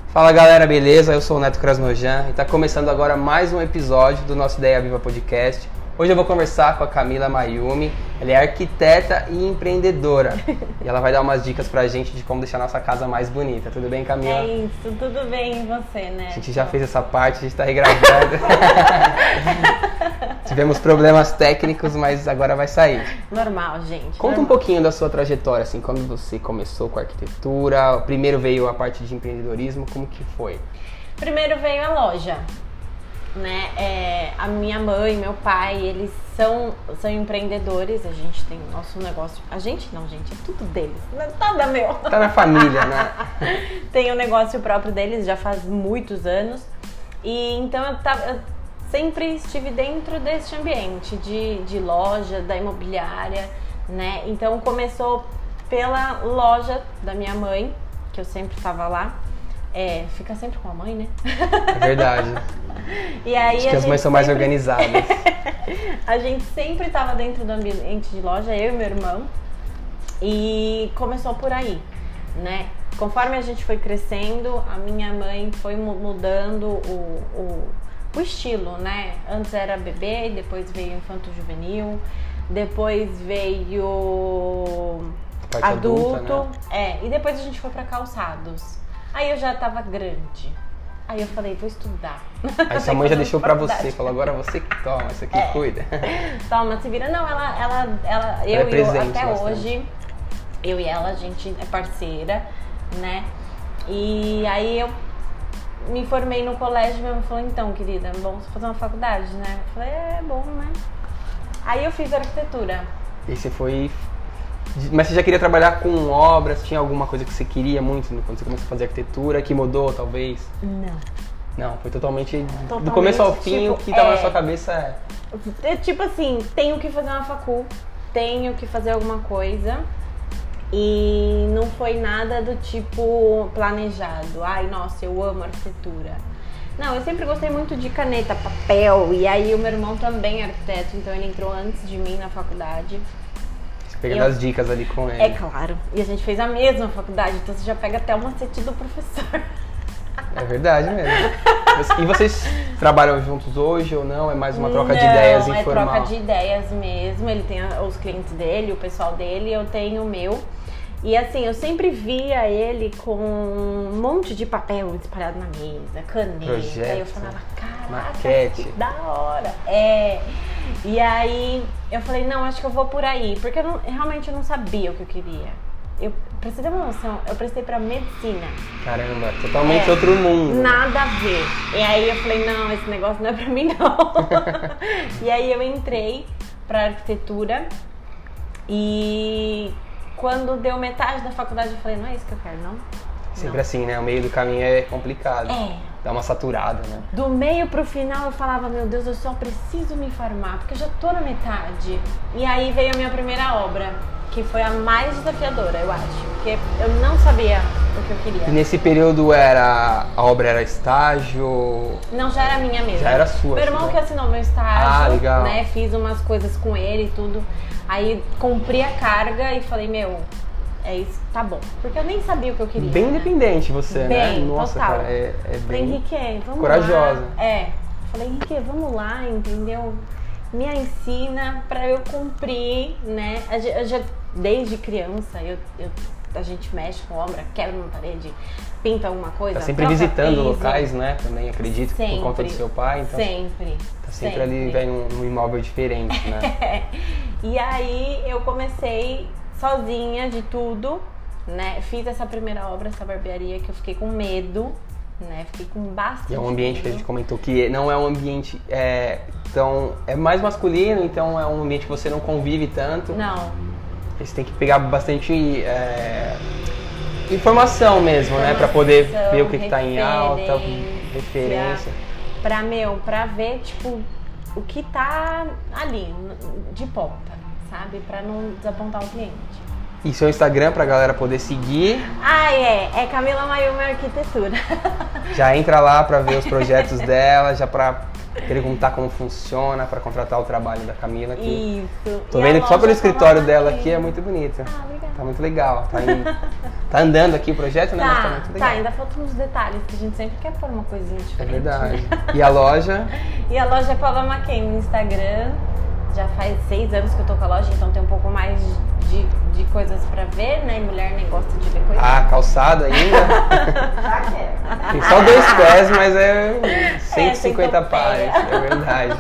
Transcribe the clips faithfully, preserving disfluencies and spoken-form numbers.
Fala galera, beleza? Eu sou o Neto Krasnojan e está começando agora mais um episódio do nosso Ideia Viva Podcast. Hoje eu vou conversar com a Camila Mayumi. Ela é arquiteta e empreendedora e ela vai dar umas dicas pra gente de como deixar a nossa casa mais bonita. Tudo bem, Camila? É isso, tudo bem e você, né? A gente já fez essa parte, a gente tá regravando. Tivemos problemas técnicos, mas agora vai sair. Normal, gente. Conta normal. um pouquinho da sua trajetória, assim, quando você começou com a arquitetura, primeiro veio a parte de empreendedorismo, como que foi? Primeiro veio a loja, né? É, a minha mãe, meu pai, eles são, são empreendedores, a gente tem o nosso negócio. A gente não, gente, é tudo deles, não é nada meu. Tá na família, né? Tem o um negócio próprio deles, já faz muitos anos. E então eu, tava, eu sempre estive dentro desse ambiente de, de loja, da imobiliária, né? Então começou pela loja da minha mãe, que eu sempre estava lá. É, fica sempre com a mãe, né? É verdade. E aí Acho que as mães são mais sempre... organizadas. A gente sempre estava dentro do ambiente de loja, eu e meu irmão. E começou por aí, né? Conforme a gente foi crescendo, a minha mãe foi mudando o, o, o estilo, né? Antes era bebê, depois veio infanto-juvenil, depois veio Parte adulto, adulta, né? é, e depois a gente foi para calçados. Aí eu já tava grande. Aí eu falei, vou estudar. Aí sua mãe já deixou pra você, falou, agora você que toma, isso aqui é. cuida. Toma, se vira. Não, ela, ela, ela eu é e eu, até bastante. hoje, eu e ela, a gente é parceira, né? E aí eu me formei no colégio e minha mãe falou, então, querida, vamos fazer uma faculdade, né? Eu falei, é bom, né? Aí eu fiz arquitetura. E você foi... Mas você já queria trabalhar com obras? Tinha alguma coisa que você queria muito quando você começou a fazer arquitetura, que mudou, talvez? Não. Não, foi totalmente, totalmente do começo ao fim, tipo, o que estava é, na sua cabeça é... é... Tipo assim, tenho que fazer uma facul, tenho que fazer alguma coisa. E não foi nada do tipo planejado. Ai, nossa, eu amo arquitetura. Não, eu sempre gostei muito de caneta, papel. E aí o meu irmão também é arquiteto, então ele entrou antes de mim na faculdade. Pegando eu, as dicas ali com ele. É claro. E a gente fez a mesma faculdade, então você já pega até o macete do professor. É verdade mesmo. E vocês trabalham juntos hoje ou não? É mais uma troca não, de ideias é informal? É troca de ideias mesmo. Ele tem os clientes dele, o pessoal dele, eu tenho o meu. E assim, eu sempre via ele com um monte de papel espalhado na mesa, caneta. Projeto, aí eu falava, caraca, maquete. que da hora. É. E aí eu falei, não, acho que eu vou por aí. Porque eu não, realmente eu não sabia o que eu queria. Eu, pra você ter uma noção, eu prestei pra medicina. Caramba, totalmente é, outro mundo. Nada a ver. E aí eu falei, não, esse negócio não é pra mim não. E aí eu entrei pra arquitetura e... Quando deu metade da faculdade, eu falei, não é isso que eu quero, não? Sempre não. assim, né? O meio do caminho é complicado. É. Dá uma saturada, né? Do meio pro final, eu falava, meu Deus, eu só preciso me formar, porque eu já tô na metade. E aí veio a minha primeira obra, que foi a mais desafiadora, eu acho. Porque eu não sabia o que eu queria. E nesse período era... A obra era estágio? Não, já era minha mesmo. Já era sua. Meu irmão né? que assinou meu estágio, ah, legal. né? Fiz umas coisas com ele e tudo. Aí cumpri a carga e falei, meu, é isso, tá bom. Porque eu nem sabia o que eu queria. Bem né? independente você, bem, né? Nossa, total. cara, é, é bem... Falei, Henrique, vamos corajosa. lá. É. Falei, Henrique, vamos lá, entendeu? Me ensina pra eu cumprir, né? Eu já, desde criança, eu, eu, a gente mexe com obra, quebra uma parede, pinta alguma coisa. Tá sempre visitando piso. locais, né? Também acredito, sempre, por conta do seu pai. Então sempre. Tá sempre, sempre. ali vem num, num imóvel diferente, né? E aí eu comecei sozinha de tudo, né? Fiz essa primeira obra, essa barbearia, que eu fiquei com medo, né? Fiquei com bastante E é um ambiente medo. que a gente comentou que não é um ambiente é, tão... É mais masculino, então é um ambiente que você não convive tanto. Não. Você tem que pegar bastante é, informação mesmo, informação, né? Pra poder ver o que, que tá em alta, referência. Pra, meu, pra ver, tipo, o que tá ali, de ponta, sabe? Pra não desapontar o cliente. E seu Instagram pra galera poder seguir? Ah, é. É Camila Mayumi Arquitetura. Já entra lá pra ver os projetos dela, já pra perguntar como funciona para contratar o trabalho da Camila aqui. Isso. Tô E vendo a que só pelo loja escritório tava dela lá aqui é ainda. muito bonito. Ah, obrigada. Tá muito legal. Tá, em- tá andando aqui o projeto, né? Mas tá Tá, muito legal. tá, ainda faltam uns detalhes que a gente sempre quer pôr uma coisinha É diferente. verdade. né? E a loja? E a loja é Paula Maquin no Instagram. Já faz seis anos que eu tô com a loja, então tem um pouco mais de, de coisas pra ver, né? Mulher nem gosta de ver coisas. Ah, calçado ainda? Já quero. Tem só dois pés, mas é cento e cinquenta É, sem pares, topeia. é verdade.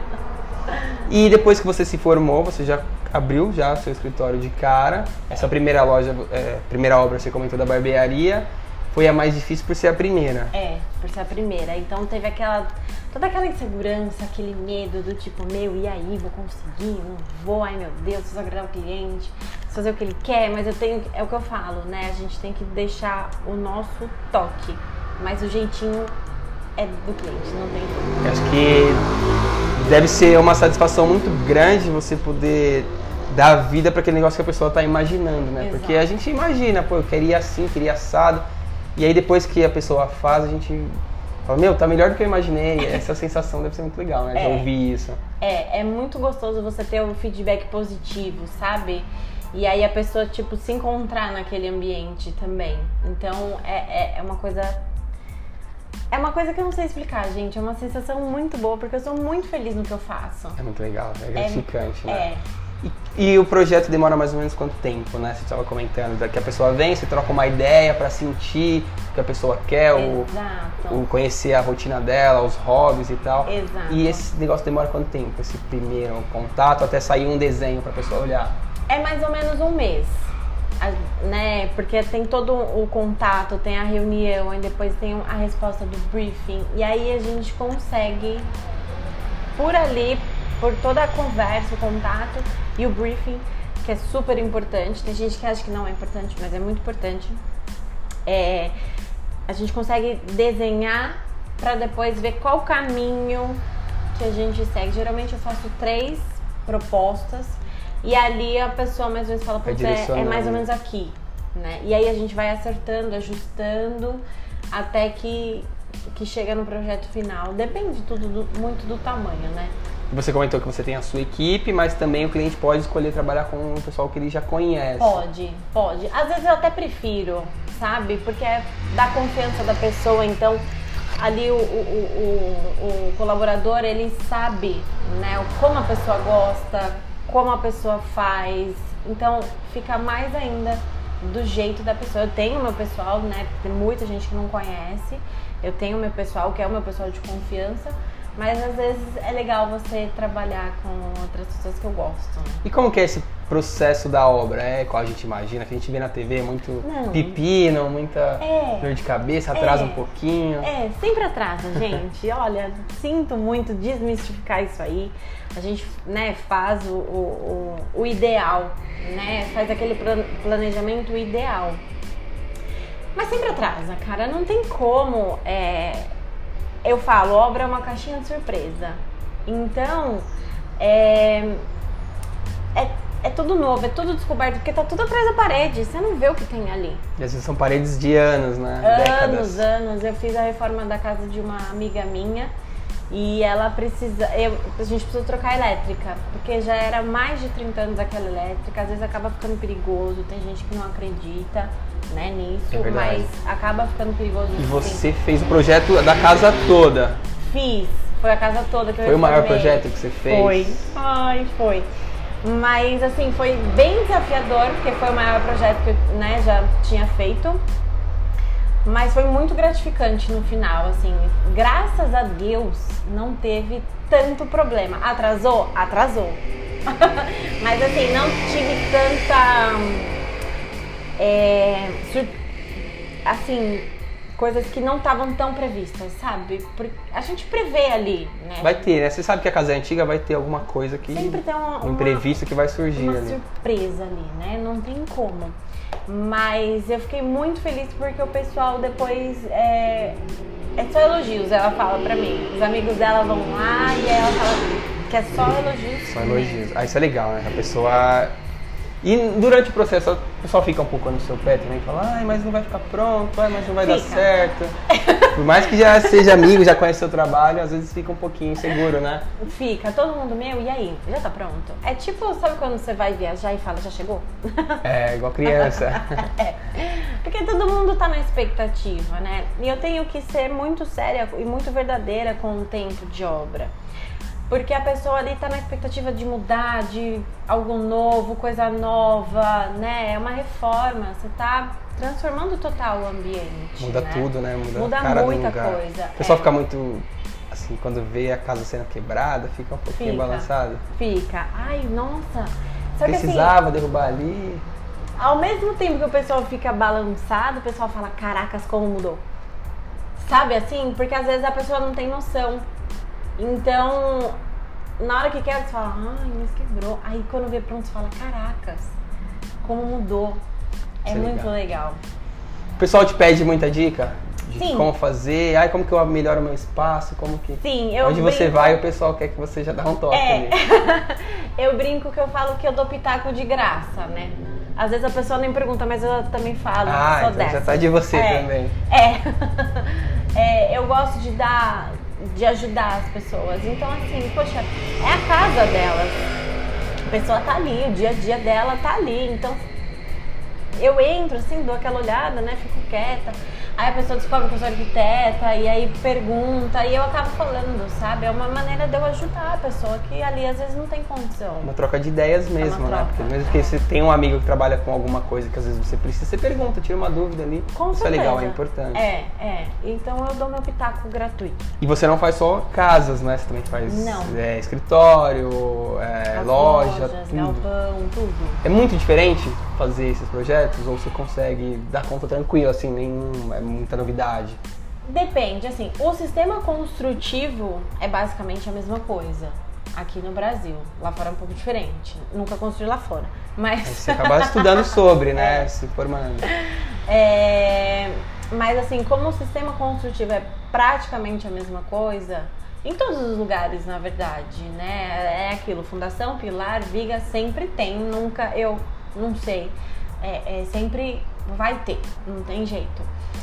E depois que você se formou, você já abriu já seu escritório de cara. Essa primeira loja, é, primeira obra, você comentou da barbearia, foi a mais difícil por ser a primeira. É, por ser a primeira. Então teve aquela. Toda aquela insegurança, aquele medo do tipo, meu, e aí, vou conseguir? Não vou, ai meu Deus, preciso agradar o cliente, preciso fazer o que ele quer, mas eu tenho. É o que eu falo, né? A gente tem que deixar o nosso toque. Mas o jeitinho é do cliente, não tem como. Eu acho que deve ser uma satisfação muito grande você poder dar vida para aquele negócio que a pessoa está imaginando, né? Exato. Porque a gente imagina, pô, eu queria assim, queria assado. E aí depois que a pessoa faz, a gente fala, meu, tá melhor do que eu imaginei. Essa sensação deve ser muito legal, né? De É. ouvir isso. É, é muito gostoso você ter um feedback positivo, sabe? E aí a pessoa, tipo, se encontrar naquele ambiente também. Então, é, é, é uma coisa... É uma coisa que eu não sei explicar, gente. É uma sensação muito boa, porque eu sou muito feliz no que eu faço. É muito legal, é gratificante, né? É. E, e o projeto demora mais ou menos quanto tempo, né? Você estava comentando, da- que a pessoa vem, você troca uma ideia para sentir o que a pessoa quer, o, Exato. o conhecer a rotina dela, os hobbies e tal. Exato. E esse negócio demora quanto tempo? Esse primeiro contato até sair um desenho para a pessoa olhar? É mais ou menos um mês, a- né? Porque tem todo o contato, tem a reunião, e depois tem a resposta do briefing. E aí a gente consegue, por ali, por toda a conversa, o contato e o briefing, que é super importante. Tem gente que acha que não é importante, mas é muito importante. É, a gente consegue desenhar para depois ver qual caminho que a gente segue. Geralmente eu faço três propostas e ali a pessoa mais ou menos fala, Vai putz, é, é mais direcionando. ou menos aqui, né? E aí a gente vai acertando, ajustando até que, que chega no projeto final. Depende tudo do- muito do tamanho, né? Você comentou que você tem a sua equipe, mas também o cliente pode escolher trabalhar com o pessoal que ele já conhece. Pode, pode. Às vezes eu até prefiro, sabe? Porque é da confiança da pessoa, então ali o, o, o, o colaborador, ele sabe, né, como a pessoa gosta, como a pessoa faz, então fica mais ainda do jeito da pessoa. Eu tenho meu pessoal, né, tem muita gente que não conhece, eu tenho meu pessoal, que é o meu pessoal de confiança, mas às vezes é legal você trabalhar com outras pessoas que eu gosto, né? E como que é esse processo da obra? É qual a gente imagina? Que a gente vê na T V muito Não. pepino, muita É. dor de cabeça, atrasa É. um pouquinho. É, sempre atrasa, gente. Olha, sinto muito desmistificar isso aí. A gente, né, faz o, o, o, o ideal, né? Faz aquele plan- planejamento ideal. Mas sempre atrasa, cara. Não tem como. É... Eu falo, obra é uma caixinha de surpresa. Então, é... É, é tudo novo, é tudo descoberto, porque tá tudo atrás da parede. Você não vê o que tem ali. E às vezes são paredes de anos, né? Anos, Décadas. anos. Eu fiz a reforma da casa de uma amiga minha e ela precisa. Eu, a gente precisa trocar a elétrica, porque já era mais de trinta anos aquela elétrica. Às vezes acaba ficando perigoso, tem gente que não acredita, né, nisso, É verdade. mas acaba ficando perigoso. E sim. você fez o projeto da casa toda. Fiz, foi a casa toda que eu Foi o maior reformei. projeto que você fez? Foi. Ai, foi. Mas assim, foi bem desafiador, porque foi o maior projeto que eu, né, já tinha feito. Mas foi muito gratificante no final, assim. Graças a Deus não teve tanto problema. Atrasou? Atrasou. Mas assim, não tive tanta... É, sur- assim, coisas que não estavam tão previstas, sabe? Porque a gente prevê ali, né? Vai ter, né? Você sabe que a casa é antiga, vai ter alguma coisa que... Sempre tem uma, um imprevisto que vai surgir uma ali. surpresa ali, né? Não tem como. Mas eu fiquei muito feliz porque o pessoal depois é, é só elogios, ela fala pra mim. Os amigos dela vão lá e aí ela fala que é só elogios. Só elogios. Ah, isso é legal, né? A pessoa E durante o processo, o pessoal fica um pouco no seu pé também, fala, ai, mas não vai ficar pronto, ai, mas não vai Fica. dar certo. Por mais que já seja amigo, já conhece o seu trabalho, às vezes fica um pouquinho inseguro, né? Fica, todo mundo, meu, e aí? Já tá pronto? É tipo, sabe quando você vai viajar e fala, já chegou? É, igual criança. É, porque todo mundo tá na expectativa, né? E eu tenho que ser muito séria e muito verdadeira com o tempo de obra. Porque a pessoa ali tá na expectativa de mudar, de algo novo, coisa nova, né? É uma reforma, você tá transformando total o ambiente. Muda né? tudo, né? Muda, Muda a cara muita do lugar. coisa. O pessoal é. fica muito, assim, quando vê a casa sendo quebrada, fica um pouquinho Fica. balançado. Fica. Ai, nossa. Só que Precisava assim, derrubar ali. ao mesmo tempo que o pessoal fica balançado, o pessoal fala, caracas, como mudou. Sabe assim? Porque às vezes a pessoa não tem noção. Então, na hora que quebra, você fala, ai, mas quebrou. Aí quando vê pronto, você fala, caracas, como mudou. É Isso é muito legal. legal. O pessoal te pede muita dica de Sim. como fazer, ai, como que eu melhoro o meu espaço, como que... Sim, eu Onde você brinco- vai, o pessoal quer que você já dá um toque É. ali. Eu brinco que eu falo que eu dou pitaco de graça, né? Às vezes a pessoa nem pergunta, mas eu também falo, Ah, sou então dessa. já tá de você É. também. É. É, eu gosto de dar, de ajudar as pessoas. Então, assim, poxa, é a casa delas. A pessoa tá ali, o dia a dia dela tá ali. Então, eu entro, assim, dou aquela olhada, né? Fico quieta. Aí a pessoa descobre que eu sou arquiteta e aí pergunta e eu acabo falando, sabe? É uma maneira de eu ajudar a pessoa que ali às vezes não tem condição. Uma troca de ideias mesmo, uma né? troca. Porque mesmo que você tem um amigo que trabalha com alguma coisa que às vezes você precisa, você pergunta, tira uma dúvida ali. Com Isso certeza. é legal, é importante. É, é. Então eu dou meu pitaco gratuito. E você não faz só casas, né? Você também faz Não. é, escritório, é, As loja, lojas, tudo. galpão, tudo. É muito diferente fazer esses projetos ou você consegue dar conta tranquilo, assim, nenhum, é muita novidade? Depende, assim, o sistema construtivo é basicamente a mesma coisa aqui no Brasil. Lá fora é um pouco diferente. Nunca construí lá fora, mas... Aí você acaba estudando sobre, né? É. Se formando. É, mas assim, como o sistema construtivo é praticamente a mesma coisa, em todos os lugares, na verdade, né? É aquilo, fundação, pilar, viga, sempre tem, nunca, eu não sei, é, é, sempre vai ter, não tem jeito.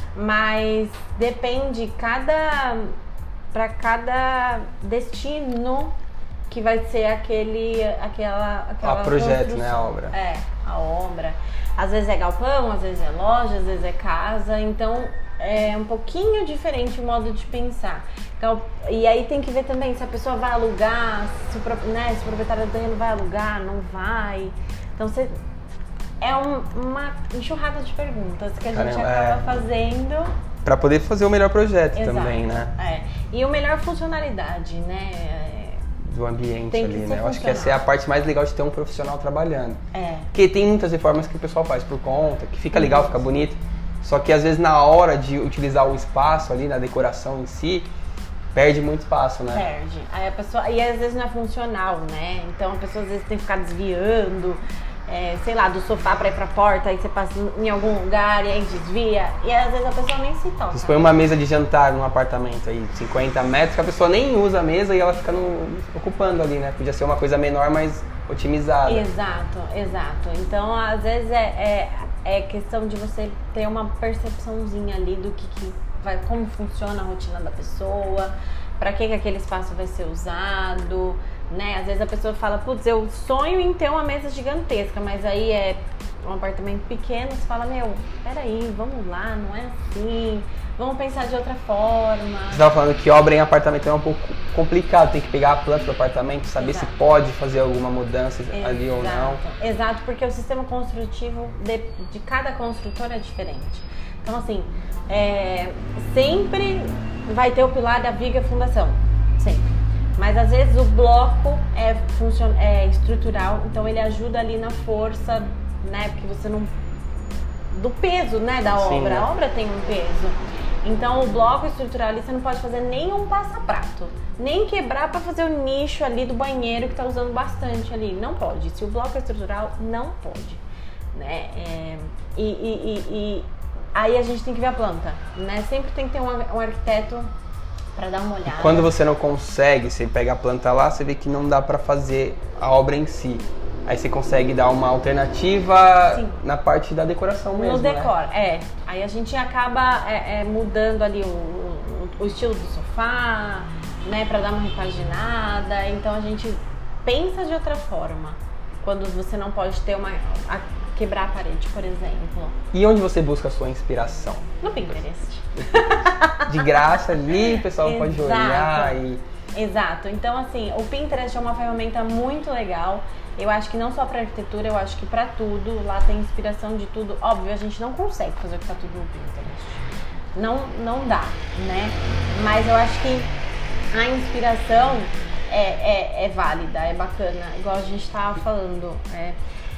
Mas depende cada, para cada destino que vai ser aquele, aquela, aquela Ah, projeto, construção. né, a obra. É, a obra. Às vezes é galpão, às vezes é loja, às vezes é casa, então é um pouquinho diferente o modo de pensar. Gal- E aí tem que ver também se a pessoa vai alugar, se o, pro- né, se o proprietário do terreno vai alugar, não vai. Então você... É um- uma enxurrada de perguntas que a gente Caramba, acaba é. fazendo. Pra poder fazer o melhor projeto Exato, também, né? É. E o melhor funcionalidade, né? Do ambiente Tem que ali, ser né? Eu acho que essa é funcional. a parte mais legal de ter um profissional trabalhando. É. Porque tem muitas reformas que o pessoal faz por conta, que fica legal, fica bonito. Só que às vezes na hora de utilizar o espaço ali, na decoração em si, perde muito espaço, né? Perde. Aí a pessoa, e às vezes não é funcional, né? Então a pessoa às vezes tem que ficar desviando, é, sei lá, do sofá pra ir pra porta, aí você passa em algum lugar e aí desvia. E às vezes a pessoa nem se toca. Você põe uma mesa de jantar num apartamento aí, cinquenta metros, que a pessoa nem usa a mesa e ela fica no- ocupando ali, né? Podia ser uma coisa menor, mas otimizada. Exato, exato. Então, às vezes é, é, é questão de você ter uma percepçãozinha ali do que, que vai, como funciona a rotina da pessoa, pra que, que aquele espaço vai ser usado, né? Às vezes a pessoa fala, putz, eu sonho em ter uma mesa gigantesca, mas aí é um apartamento pequeno, você fala, meu, peraí, vamos lá, não é assim, vamos pensar de outra forma. Você estava falando que obra em apartamento é um pouco complicado, tem que pegar a planta do apartamento, saber Exato. se pode fazer alguma mudança ali ou não. Exato, exato, porque o sistema construtivo de, de cada construtor é diferente. Então, assim, é, sempre vai ter o pilar da viga e a fundação, sempre. Mas às vezes o bloco é, funcion, é estrutural, então ele ajuda ali na força, né? Porque você não... do peso, né, da Sim, obra. né? A obra tem um peso. Então o bloco estrutural ali você não pode fazer nenhum passa-prato. Nem quebrar para fazer o nicho ali do banheiro que tá usando bastante ali. Não pode. Se o bloco é estrutural, não pode. Né? É, e, e, e, e aí a gente tem que ver a planta. Né? Sempre tem que ter um, um arquiteto para dar uma olhada. Quando você não consegue, você pega a planta lá, você vê que não dá pra fazer a obra em si. Aí você consegue dar uma alternativa Sim. na parte da decoração mesmo, No decor, né? é. Aí a gente acaba é, é, mudando ali o, o, o estilo do sofá, né, pra dar uma repaginada. Então a gente pensa de outra forma. Quando você não pode ter uma... A, quebrar a parede, por exemplo. E onde você busca a sua inspiração? No Pinterest. De graça ali, o pessoal pode olhar e... Exato. Então, assim, o Pinterest é uma ferramenta muito legal. Eu acho que não só para arquitetura, eu acho que para tudo. Lá tem inspiração de tudo. Óbvio, a gente não consegue fazer o que tá tudo no Pinterest. Não, não dá, né? Mas eu acho que a inspiração é, é, é válida, é bacana. Igual a gente tava falando. É,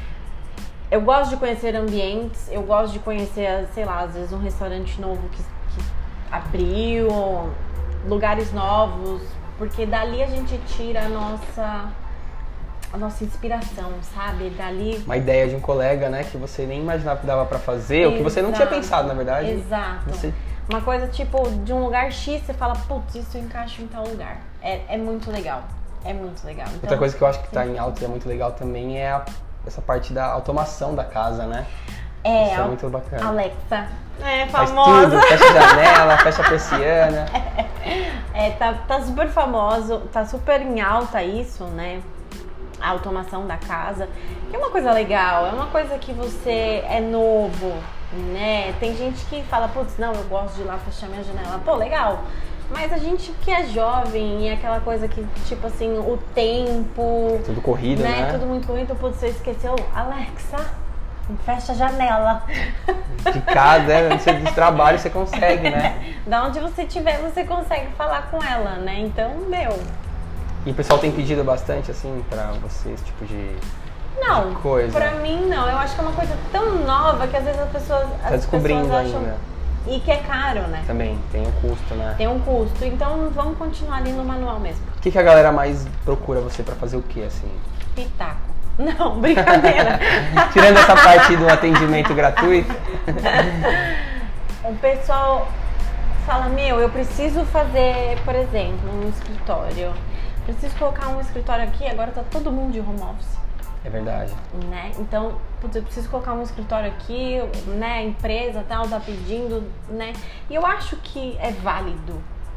eu gosto de conhecer ambientes, eu gosto de conhecer, sei lá, às vezes um restaurante novo que, que abriu, lugares novos, porque dali a gente tira a nossa, a nossa inspiração, sabe? Dali... Uma ideia de um colega, né, que você nem imaginava que dava pra fazer, ou que você não tinha pensado, na verdade. Exato. Você... Uma coisa tipo, de um lugar X, você fala, putz, isso encaixa em tal lugar. É, é muito legal, é muito legal. Então, outra coisa que eu acho que tá em alta e é muito legal também é a essa parte da automação da casa, né? É, isso é muito bacana. Alexa. É, faz famosa. tudo, fecha a janela, fecha a persiana. É, tá, tá super famoso, tá super em alta isso, né? A automação da casa. Que é uma coisa legal, é uma coisa que você é novo, né? Tem gente que fala, putz, não, eu gosto de ir lá fechar minha janela. Pô, legal. Mas a gente que é jovem e aquela coisa que, tipo assim, o tempo... Tudo corrido, né? né? Tudo muito corrido, putz, você esqueceu. Alexa, fecha a janela. De casa, né? Do trabalho você consegue, né? Da onde você estiver, você consegue falar com ela, né? Então, meu... E o pessoal tem pedido bastante, assim, pra você, esse tipo de... Não, de coisa. Pra mim não. Eu acho que é uma coisa tão nova que às vezes as pessoas, Tá as descobrindo pessoas acham... ainda. E que é caro, né? Também, tem um custo, né? Tem um custo. Então vamos continuar ali no manual mesmo. O que, que a galera mais procura você pra fazer o quê, assim? Pitaco. Não, brincadeira. Tirando essa parte do atendimento gratuito. O pessoal fala, meu, eu preciso fazer, por exemplo, um escritório. Preciso colocar um escritório aqui, agora tá todo mundo de home office. É verdade. Né? Então, putz, eu preciso colocar um escritório aqui, né? A empresa tal, tá pedindo, né? E eu acho que é válido,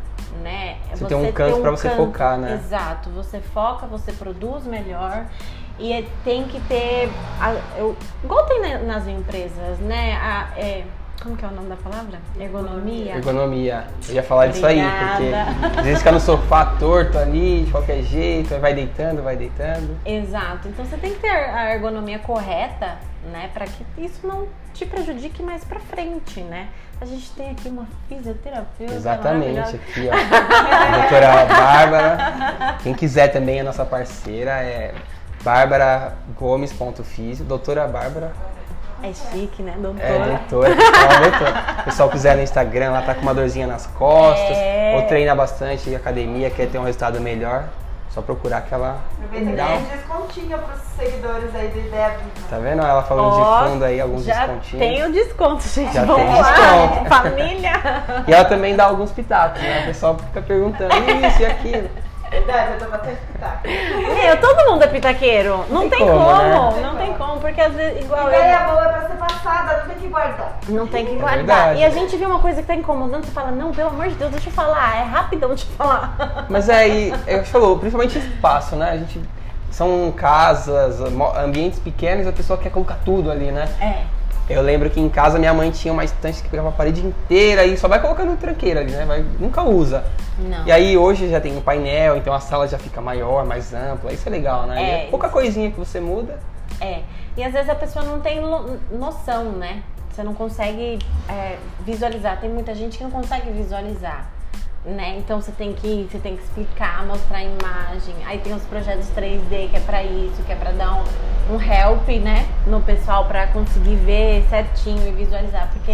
né? Você, você tem um canto um pra você canto, focar, né? Exato. Você foca, você produz melhor e é, tem que ter... A, eu, igual tem nas empresas, né? A, é, como que é o nome da palavra? Ergonomia. Ergonomia. Eu ia falar disso Obrigada. aí, porque às vezes fica no sofá torto ali, de qualquer jeito, vai deitando, vai deitando. Exato. Então você tem que ter a ergonomia correta, né? Pra que isso não te prejudique mais pra frente, né? A gente tem aqui uma fisioterapeuta. Exatamente, aqui ó. A doutora Bárbara. Quem quiser também é nossa parceira, é bárbara gomes ponto fisio. Doutora Bárbara. É chique, né, doutora? É, doutora. É, doutora. O pessoal quiser no Instagram, ela tá com uma dorzinha nas costas, é... ou treina bastante academia, quer ter um resultado melhor, só procurar que ela... Aproveita que tem um descontinho pros seguidores aí do Ideia Viva. Tá vendo? Ela falando oh, de fundo aí, alguns já descontinhos. Tem o desconto, gente. Já Vamos tem lá. desconto. Família. E ela também dá alguns pitacos, né? O pessoal fica perguntando isso e aquilo. Verdade, eu tô bastante pitaco. Meu, todo mundo é pitaqueiro. Não tem, tem como, como, né? não, Não tem tem como, porque às vezes, igual Ideia eu... boa é pra ser passada, não tem que guardar. Não tem que É guardar. verdade. E a gente vê uma coisa que tá incomodando, você fala, não, pelo amor de Deus, deixa eu falar. É rapidão, deixa eu falar. Mas aí, é o que você falou, principalmente espaço, né? A gente... São casas, ambientes pequenos, a pessoa quer colocar tudo ali, né? É. Eu lembro que em casa minha mãe tinha uma estante que pegava a parede inteira e só vai colocando tranqueira ali, né? Vai, nunca usa. Não. E aí hoje já tem um painel, então a sala já fica maior, mais ampla. Isso é legal, né? É, E é pouca coisinha que você muda. É. E às vezes a pessoa não tem lo- noção, né? Você não consegue é, visualizar. Tem muita gente que não consegue visualizar, né? Então você tem que, você tem que explicar, mostrar a imagem. Aí tem os projetos três D que é pra isso, que é pra dar um, um help, né? No pessoal pra conseguir ver certinho e visualizar. Porque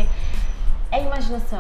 é imaginação.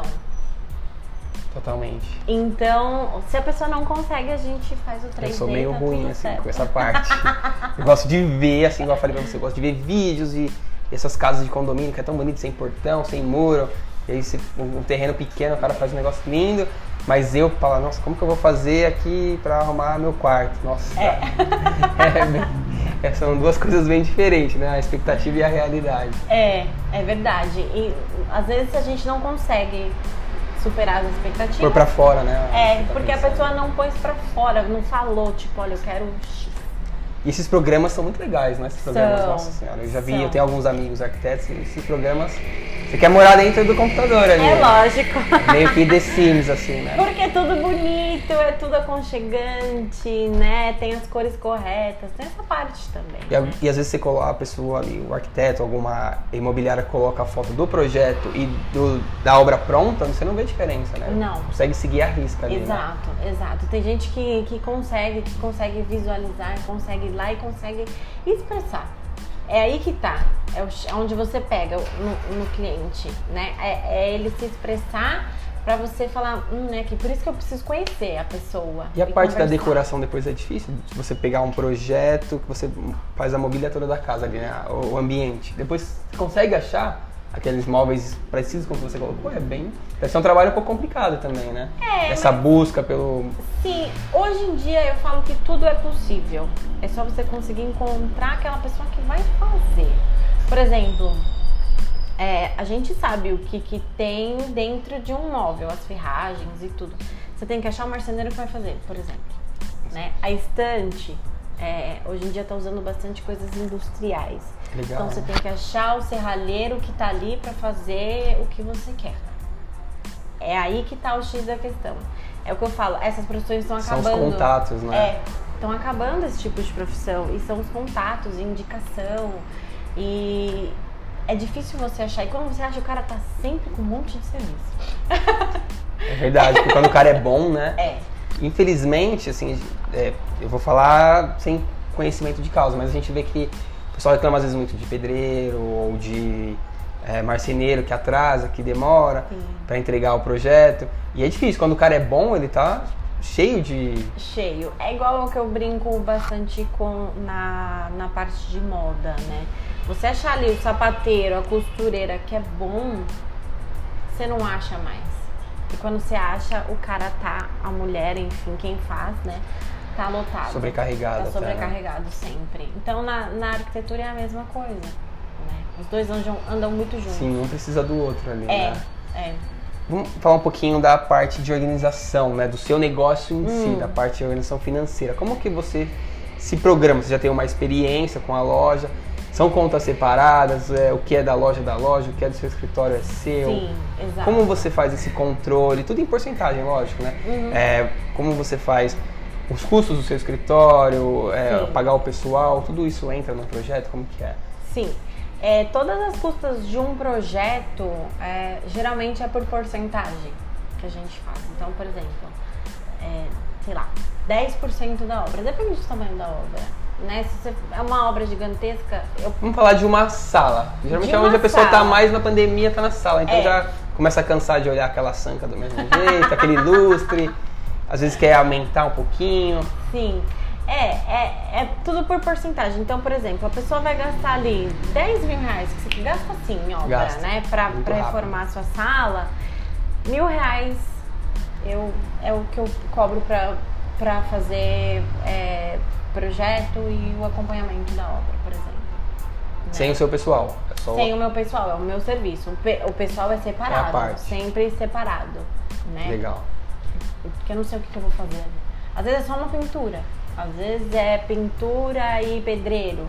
Totalmente. Então, se a pessoa não consegue, a gente faz o três D. Eu sou meio tá ruim, tudo assim, certo. com essa parte. Eu gosto de ver, assim, igual eu falei pra você, eu gosto de ver vídeos e essas casas de condomínio que é tão bonito, sem portão, sem muro. E aí se, um terreno pequeno, o cara faz um negócio lindo. Mas eu falo, nossa, como que eu vou fazer aqui pra arrumar meu quarto? Nossa, É. é, bem, É, são duas coisas bem diferentes, né? A expectativa e a realidade. É, é verdade. E às vezes a gente não consegue superar as expectativas. Pôr pra fora, né? É, Tá porque a pensando. pessoa não pôs pra fora, não falou, tipo, olha, eu quero X. E esses programas são muito legais, né? Esses programas, São, nossa senhora. Eu já vi, são. eu tenho alguns amigos arquitetos, e esses programas. Você quer morar dentro do computador ali. É lógico. Meio que The Sims, assim, né? Porque é tudo bonito, é tudo aconchegante, né? Tem as cores corretas, tem essa parte também. E, a- né? e às vezes você coloca a pessoa ali, o arquiteto, alguma imobiliária coloca a foto do projeto e do, da obra pronta, você não vê diferença, né? Não. Consegue seguir a risca ali, né? Exato, exato. Tem gente que, que consegue, que consegue visualizar, consegue ir lá e consegue expressar. É aí que tá, é o- é onde você pega no, no cliente, né? É, é ele se expressar pra você falar, hum, né? Que por isso que eu preciso conhecer a pessoa. E a parte da conversar. decoração depois é difícil? Se você pegar um projeto que você faz a mobília toda da casa ali, né? O o ambiente. Depois você consegue achar aqueles móveis parecidos com o que você colocou? É bem... Deve ser um trabalho um pouco complicado também, né? É, Essa mas- busca pelo... Sim, hoje em dia eu falo que tudo é possível. É só você conseguir encontrar aquela pessoa que vai fazer. Por exemplo, é, a gente sabe o que, que tem dentro de um móvel, as ferragens e tudo. Você tem que achar o marceneiro que vai fazer, por exemplo. Né? A estante, é, hoje em dia está usando bastante coisas industriais. Legal, Então você né? tem que achar o serralheiro que está ali para fazer o que você quer. É aí que tá o X da questão. É o que eu falo, essas profissões estão São os acabando. contatos, né? É, estão acabando esse tipo de profissão. E são os contatos, indicação. E é difícil você achar. E quando você acha, o cara tá sempre com um monte de serviço. É verdade, porque quando o cara é bom, né? É. Infelizmente, assim, é, eu vou falar sem conhecimento de causa, mas a gente vê que o pessoal reclama às vezes muito de pedreiro ou de é, marceneiro que atrasa, que demora Sim. para entregar o projeto. E é difícil, quando o cara é bom, ele tá cheio de... Cheio. É igual ao que eu brinco bastante com na, na parte de moda, né? Você achar ali o sapateiro, a costureira que é bom, você não acha mais. E quando você acha, o cara tá, a mulher, enfim, quem faz, né? Tá lotado. Sobrecarregado Tá até, né? sobrecarregado sempre. Então na, na arquitetura é a mesma coisa, né? Os dois andam, andam muito juntos. Sim, um precisa do outro ali, É, né? é. Vamos falar um pouquinho da parte de organização, né? Do seu negócio em si, Hum. da parte de organização financeira. Como que você se programa? Você já tem uma experiência com a loja? São contas separadas? É, o que é da loja é da loja? O que é do seu escritório é seu? Sim, exato. Como você faz esse controle? Tudo em porcentagem, lógico, né? Uhum. É, como você faz os custos do seu escritório, é, Sim. pagar o pessoal, tudo isso entra no projeto? Como que é? Sim. É, todas as custas de um projeto, é, geralmente é por porcentagem que a gente faz. Então, por exemplo, é, sei lá, dez por cento da obra, depende do tamanho da obra. Né? Se você, é uma obra gigantesca, eu Vamos falar de uma sala. Geralmente De é onde uma a pessoa sala. tá mais na pandemia, tá na sala. Então É. já começa a cansar de olhar aquela sanca do mesmo jeito, aquele lustre. Às vezes quer aumentar um pouquinho. Sim, é, é, é tudo por porcentagem. Então, por exemplo, a pessoa vai gastar ali dez mil reais, que você gasta assim em obra, Gasta. né? Pra, Muito pra rápido. reformar a sua sala, mil reais eu, é o que eu cobro pra, pra fazer é, projeto e o acompanhamento da obra, por exemplo. né? Sem o seu pessoal. É só... Sem o meu pessoal, é o meu serviço. O, pe- o pessoal é separado, É a parte. sempre separado, né? Legal. Porque eu não sei o que, que eu vou fazer. Às vezes é só uma pintura. Às vezes é pintura e pedreiro.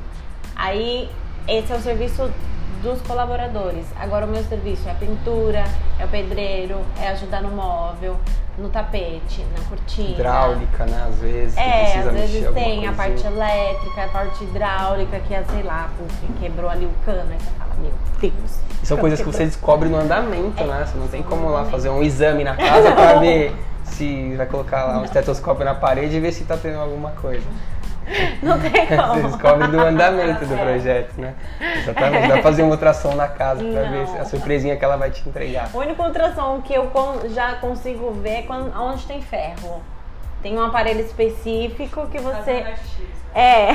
Aí esse é o serviço dos colaboradores. Agora o meu serviço é a pintura, é o pedreiro, é ajudar no móvel, no tapete, na cortina. Hidráulica, né? Às vezes. que É, precisa às mexer vezes alguma tem a parte coisinha. elétrica, a parte hidráulica, que é, sei lá, puf, quebrou ali o cano, aí você fala, meu Deus. E são cano coisas que quebrou. você descobre no andamento, É, né? Você não tem no como lá andamento. fazer um exame na casa pra ver se vai colocar lá um estetoscópio na parede e ver se tá tendo alguma coisa. Não tem como. Você descobre do andamento do É. projeto, né? Exatamente. Dá pra fazer uma ultrassom na casa pra Não. ver se- a surpresinha que ela vai te entregar. O único ultrassom que eu con- já consigo ver é quando, onde tem ferro. Tem um aparelho específico que você. É.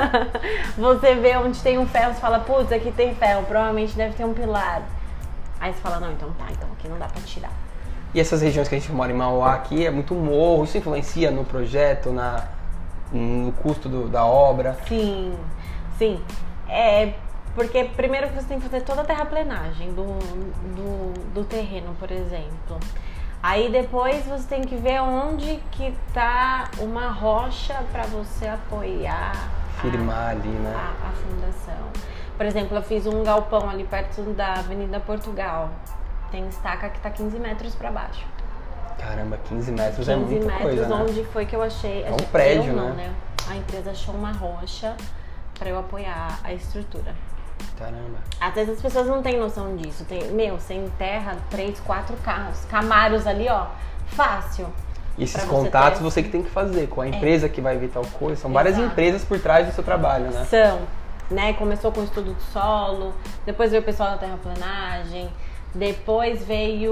Você vê onde tem um ferro, você fala, putz, aqui tem ferro, provavelmente deve ter um pilar. Aí você fala, não, então tá, então aqui não dá pra tirar. E essas regiões que a gente mora em Mauá aqui é muito morro, isso influencia no projeto, na, no custo do- da obra. Sim. Sim. É, porque primeiro você tem que fazer toda a terraplenagem do, do, do terreno, por exemplo. Aí depois você tem que ver onde que tá uma rocha para você apoiar. Firmar a, ali, né? A, a fundação. Por exemplo, eu fiz um galpão ali perto da Avenida Portugal. Tem estaca que tá quinze metros para baixo. Caramba, quinze metros quinze é muita metros, coisa, né? onde foi que eu achei... É um prédio, eu não, né? né? A empresa achou uma rocha para eu apoiar a estrutura. Caramba. Às vezes as pessoas não têm noção disso. Tem, meu, você enterra três, quatro carros, Camaros ali, ó, fácil. E esses pra contatos ter... você que tem que fazer com a empresa é. que vai ver tal coisa. São várias Exato. empresas por trás do seu trabalho, né? São, né? Começou com o estudo do solo, depois veio o pessoal da terraplanagem, depois veio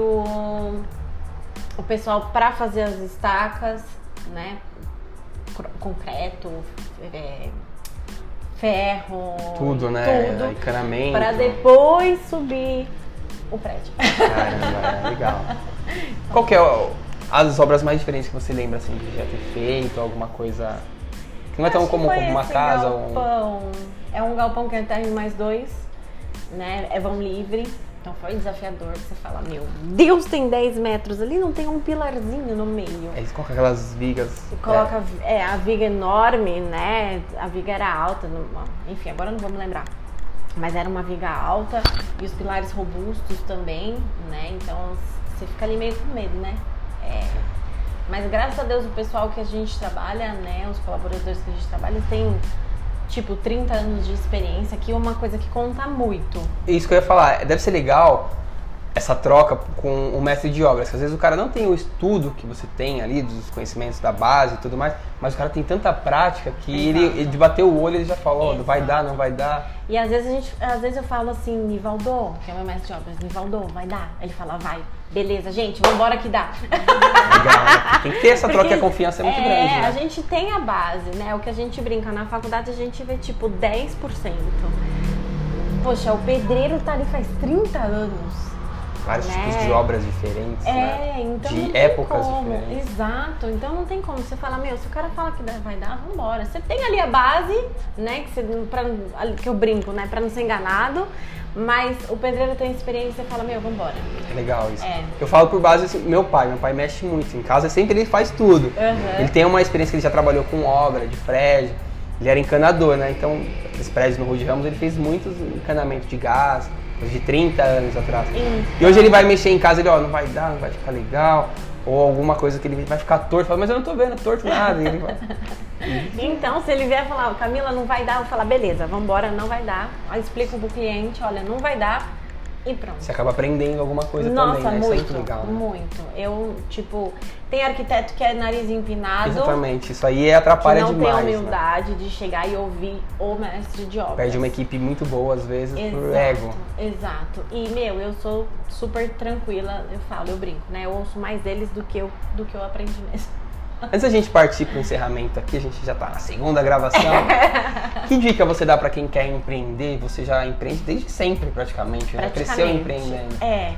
o pessoal para fazer as estacas, né? Concreto, é, ferro, tudo, né? Tudo, encanamento. para depois subir o prédio. Caramba, é legal. Qual que é o, as obras mais diferentes que você lembra assim de já ter feito, alguma coisa que não é tão Acho comum que como uma esse casa? Galpão. Um... É um galpão que tem mais dois, né? É vão livre. Então foi desafiador. Você fala, meu Deus, tem dez metros ali, não tem um pilarzinho no meio. Eles colocam aquelas vigas. Você coloca é. É, a viga enorme, né? A viga era alta, não, enfim, agora não vou me lembrar. Mas era uma viga alta e os pilares robustos também, né? Então você fica ali meio com medo, né? É. Mas graças a Deus o pessoal que a gente trabalha, né? Os colaboradores que a gente trabalha, eles têm tipo trinta anos de experiência, que é uma coisa que conta muito. Isso que eu ia falar, deve ser legal essa troca com o mestre de obras, que às vezes o cara não tem o estudo que você tem ali, dos conhecimentos da base e tudo mais, mas o cara tem tanta prática que ele, ele de bater o olho ele já falou, oh, vai dar, não vai dar. E às vezes a gente, às vezes eu falo assim, Nivaldo, que é o meu mestre de obras, Nivaldo, vai dar? Ele fala, vai. Beleza, gente, vambora que dá. Legal, né? Tem que ter essa troca. Porque, e a confiança é muito é, grande, né? A gente tem a base, né? O que a gente brinca na faculdade, a gente vê tipo dez por cento. Poxa, o pedreiro tá ali faz trinta anos. Vários né? tipos de obras diferentes, é, né? Então de épocas como. diferentes. Exato, então não tem como você falar, meu, se o cara fala que vai dar, vambora. Você tem ali a base, né, que, você, pra, que eu brinco, né, pra não ser enganado, mas o pedreiro tem experiência e fala, meu, vambora. É legal isso. É. Eu falo por base, assim, meu pai, meu pai mexe muito, em casa sempre ele faz tudo. Uhum. Ele tem uma experiência que ele já trabalhou com obra, de prédio, ele era encanador, né, então, esses prédios no Rude Ramos, ele fez muitos encanamentos de gás, de trinta anos atrás. Então... E hoje ele vai mexer em casa, ele, ó, não vai dar, não vai ficar legal, ou alguma coisa que ele vai ficar torto, fala, mas eu não tô vendo torto nada. E ele vai... Então, se ele vier falar, Camila, não vai dar, eu falo, beleza, vambora, não vai dar. Aí explico pro cliente, olha, não vai dar, e pronto. Você acaba aprendendo alguma coisa Nossa, também, né? muito, isso é muito legal, né? muito. Eu, tipo, tem arquiteto que é nariz empinado. Exatamente, isso aí atrapalha que não demais. Não tem humildade, né? de chegar e ouvir o mestre de obras. Perde uma equipe muito boa, às vezes, exato, por ego. Exato. E, meu, eu sou super tranquila, eu falo, eu brinco, né? Eu ouço mais deles do que eu, do que eu aprendi mesmo. Antes da gente partir para o encerramento aqui, a gente já está na segunda gravação. Que dica você dá para quem quer empreender? Você já empreende desde sempre, praticamente, né? praticamente. Cresceu empreendendo. É.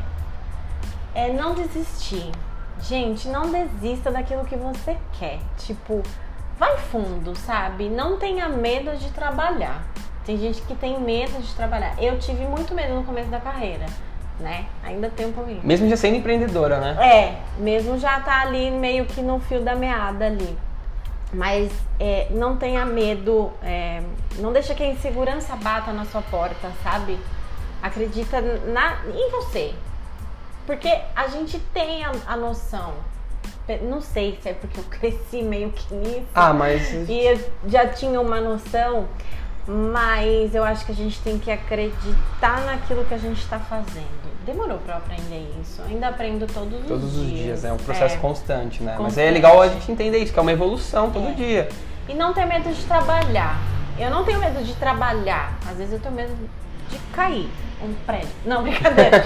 É não desistir. Gente, não desista daquilo que você quer. Tipo, vai fundo, sabe? Não tenha medo de trabalhar. Tem gente que tem medo de trabalhar. Eu tive muito medo no começo da carreira, né? Ainda tem um pouquinho. Mesmo já sendo empreendedora, né? É, mesmo já tá ali meio que no fio da meada ali. Mas é, não tenha medo, é, não deixa que a insegurança bata na sua porta, sabe? Acredita na, em você. Porque a gente tem a, a noção. Não sei se é porque eu cresci meio que nisso. Ah, mas... E eu já tinha uma noção. Mas eu acho que a gente tem que acreditar naquilo que a gente está fazendo. Demorou para eu aprender isso. Eu ainda aprendo todos, todos os dias. Todos os dias, é um processo é. constante, né? Constante. Mas é legal a gente entender isso, que é uma evolução todo é. dia. E não ter medo de trabalhar. Eu não tenho medo de trabalhar. Às vezes eu tenho medo de cair um prédio. Não, brincadeira.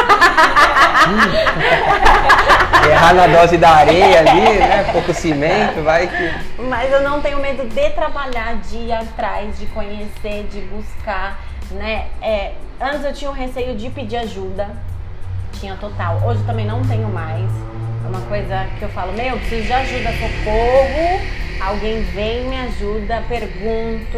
Errar na dose da areia ali, né? Pouco cimento, vai que... Mas eu não tenho medo de trabalhar, de ir atrás, de conhecer, de buscar, né? É, antes eu tinha um receio de pedir ajuda. Tinha total. Hoje eu também não tenho mais. É uma coisa que eu falo, meu, eu preciso de ajuda, socorro. Alguém vem, me ajuda, pergunto.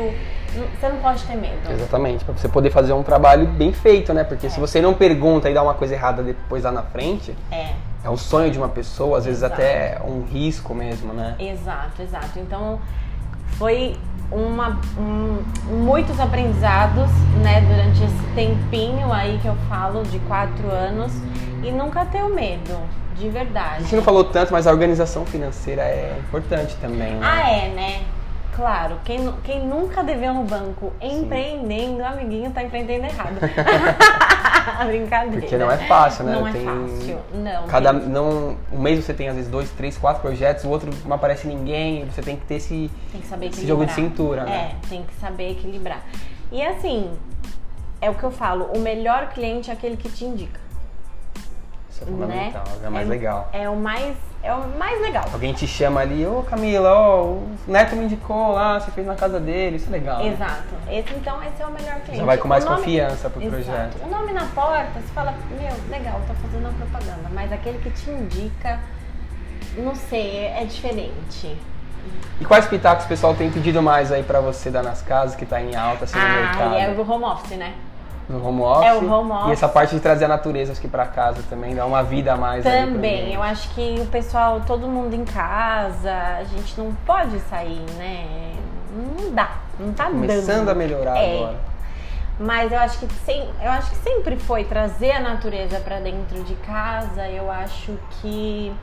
Você não pode ter medo. Exatamente, pra você poder fazer um trabalho bem feito, né? Porque É. se você não pergunta e dá uma coisa errada depois lá na frente, É, é um sonho de uma pessoa, às vezes Exato. até um risco mesmo, né? exato, exato. Então, foi uma, um, muitos aprendizados, né, durante esse tempinho aí que eu falo, de quatro anos, e nunca ter o medo, de A verdade. gente não falou tanto, mas a organização financeira é importante também, né? Ah, é, né? Claro, quem, nu- quem nunca deveu no banco empreendendo, amiguinho, tá empreendendo errado. Brincadeira. Porque não é fácil, né? Não é Tem- fácil, não. Cada, tem, não, um mês você tem às vezes dois, três, quatro projetos, o outro não aparece ninguém, você tem que ter esse, tem que saber esse equilibrar. jogo de cintura, né? É, tem que saber equilibrar. E assim, é o que eu falo, o melhor cliente é aquele que te indica. Isso é Né? fundamental, é mais legal. É o mais, é o mais legal. Alguém te chama ali, ô Camila, ó, o Neto me indicou lá, você fez na casa dele, isso é legal. né? Exato. Esse, então, esse é o melhor cliente. Já vai com mais O nome- confiança pro Exato. projeto. O nome na porta, você fala, meu, legal, tá fazendo a propaganda. Mas aquele que te indica, não sei, é diferente. E quais pitacos o pessoal tem pedido mais aí pra você dar nas casas, que tá em alta, assim, no mercado? Ah, e é o home office, né? No home office. É o home office. E essa parte de trazer a natureza aqui pra casa também, dá uma vida a mais aí pro Também, ambiente. eu acho que o pessoal, todo mundo em casa, a gente não pode sair, né? Não dá, não tá Começando dando. a melhorar É. agora. Mas eu acho que sem, eu acho que sempre foi trazer a natureza pra dentro de casa. Eu acho que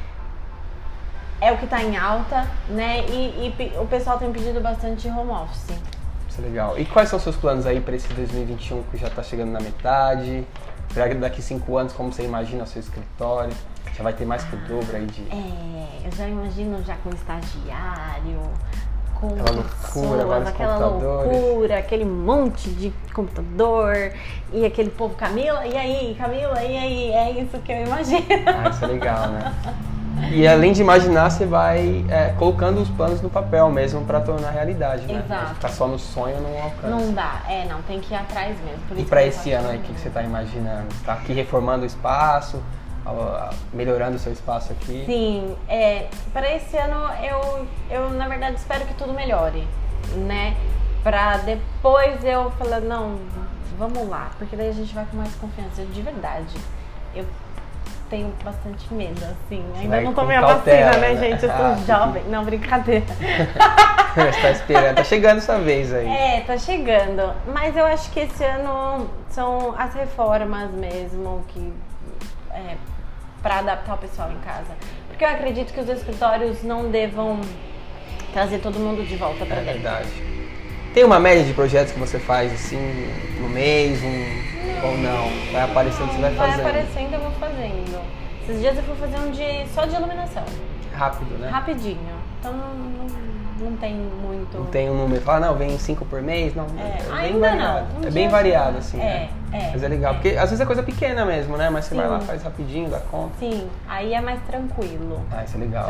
é o que tá em alta, né? E, e pe- o pessoal tem pedido bastante home office. Isso é legal. E quais são os seus planos aí para esse dois mil e vinte e um que já tá chegando na metade? Será que daqui cinco anos, como você imagina o seu escritório? Já vai ter mais que o dobro aí de... É, eu já imagino já com estagiário, com Aquela loucura, pessoas, vários aquela computadores. loucura, aquele monte de computador e aquele povo, Camila, e aí, Camila, e aí? É isso que eu imagino. Ah, isso é legal, né? E além de imaginar, você vai é, colocando os planos no papel mesmo para tornar realidade, né? Exato. Ficar só no sonho não alcança. Não dá, é, não, tem que ir atrás mesmo. Por E isso para que eu esse faço ano aí, o que tudo. que você está imaginando? Tá aqui reformando o espaço, ó, melhorando o seu espaço aqui? Sim, é, para esse ano eu, eu, na verdade, espero que tudo melhore, né? Pra depois eu falar, não, vamos lá, porque daí a gente vai com mais confiança, de verdade. Eu tenho bastante medo, assim. Ainda vai não com tomei a cautela, vacina, né, né? gente? Eu sou Ah, tem que- jovem. Não, brincadeira. Você tá esperando, tá chegando essa vez aí. É, tá chegando. Mas eu acho que esse ano são as reformas mesmo que é, para adaptar o pessoal em casa. Porque eu acredito que os escritórios não devam trazer todo mundo de volta É pra dentro. verdade. Tem uma média de projetos que você faz assim, no mês, um ou não? Vai aparecendo, você vai Vai fazendo. aparecendo, eu vou fazendo. Esses dias eu fui fazer um de só de iluminação, Rápido, né? rapidinho. Então não, não, não tem muito. Não tem um número, fala, não, vem cinco por mês, não. É, bem ainda não. variado. Um é dia bem eu variado, vou. assim, É, né? é, Mas é legal, é. porque às vezes é coisa pequena mesmo, né? Mas você vai Sim. lá, faz rapidinho, dá conta. Sim, aí é mais tranquilo. Ah, isso é legal.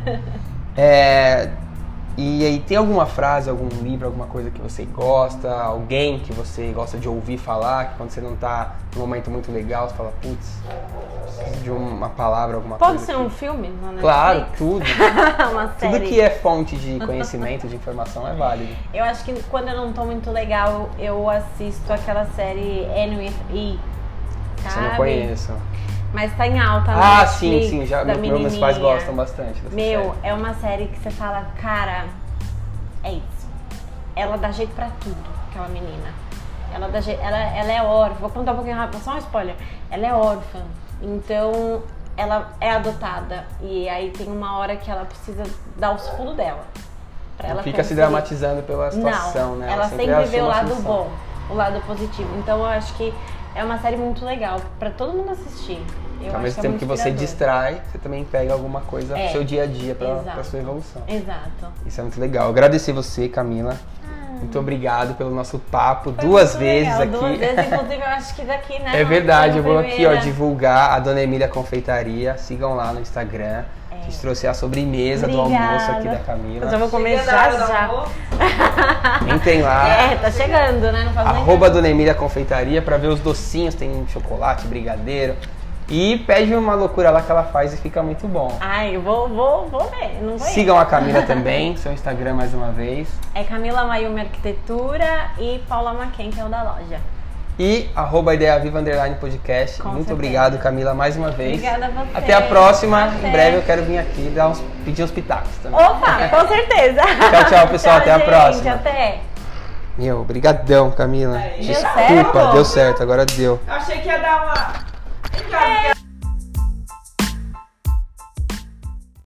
É, e aí, tem alguma frase, algum livro, alguma coisa que você gosta, alguém que você gosta de ouvir falar, que quando você não tá num momento muito legal, você fala, putz, preciso de uma palavra, alguma Pode coisa. ser que- um filme na Netflix? Claro, tudo. Uma série. Tudo que é fonte de conhecimento, de informação é válido. Eu acho que quando eu não tô muito legal, eu assisto aquela série N with E. Isso eu Sabe? não conheço. Mas tá em alta na Ah, sim, Netflix, sim, já da meu- meus pais menininha. gostam bastante dessa Meu, série. é uma série que você fala, cara, é isso. Ela dá jeito pra tudo, aquela menina. Ela, dá jeito, ela, ela é órfã, vou contar um pouquinho rápido, só um spoiler. Ela é órfã, então ela é adotada. E aí tem uma hora que ela precisa dar os pulos dela. Pra Não ela fica se conseguir- dramatizando pela situação, não, né? ela sempre acha vê o uma lado solução. bom, o lado positivo. Então eu acho que é uma série muito legal pra todo mundo assistir. Eu Ao acho mesmo é tempo muito que você inspirador. distrai, você também pega alguma coisa É, pro seu dia a dia, pra, exato. pra sua evolução. Exato. Isso é muito legal. Agradecer você, Camila. Ah. Muito obrigado pelo nosso papo Foi duas muito vezes legal, aqui. Duas vezes, inclusive eu acho que daqui, né? É verdade, eu vou aqui ó, primeira. divulgar a Dona Emília Confeitaria. Sigam lá no Instagram. A gente trouxe a sobremesa do Obrigada. almoço aqui da Camila. Eu já vou comer Chega da já hora do já. almoço. Entrem lá. É, tá chegando, né? Não faz nem Arroba Dona Emília Confeitaria pra ver os docinhos. Tem chocolate, brigadeiro. E pede uma loucura lá que ela faz e fica muito bom. Ai, eu vou, vou, vou ver. Não vou Sigam a Camila também, seu Instagram mais uma vez. É Camila Mayumi Arquitetura e Paula Maquen, que é o da loja. E arroba Ideia Viva Underline Podcast. Com Muito certeza. obrigado, Camila, mais uma vez. Obrigada a você. Até a próxima. Até. Em breve eu quero vir aqui dar uns, pedir uns pitacos também. Opa, com certeza. Tchau, tchau, pessoal. Tchau, Até a gente, próxima. Até. Meu, brigadão, Camila. Deu Desculpa, certo? deu certo, agora deu. Eu achei que ia dar uma.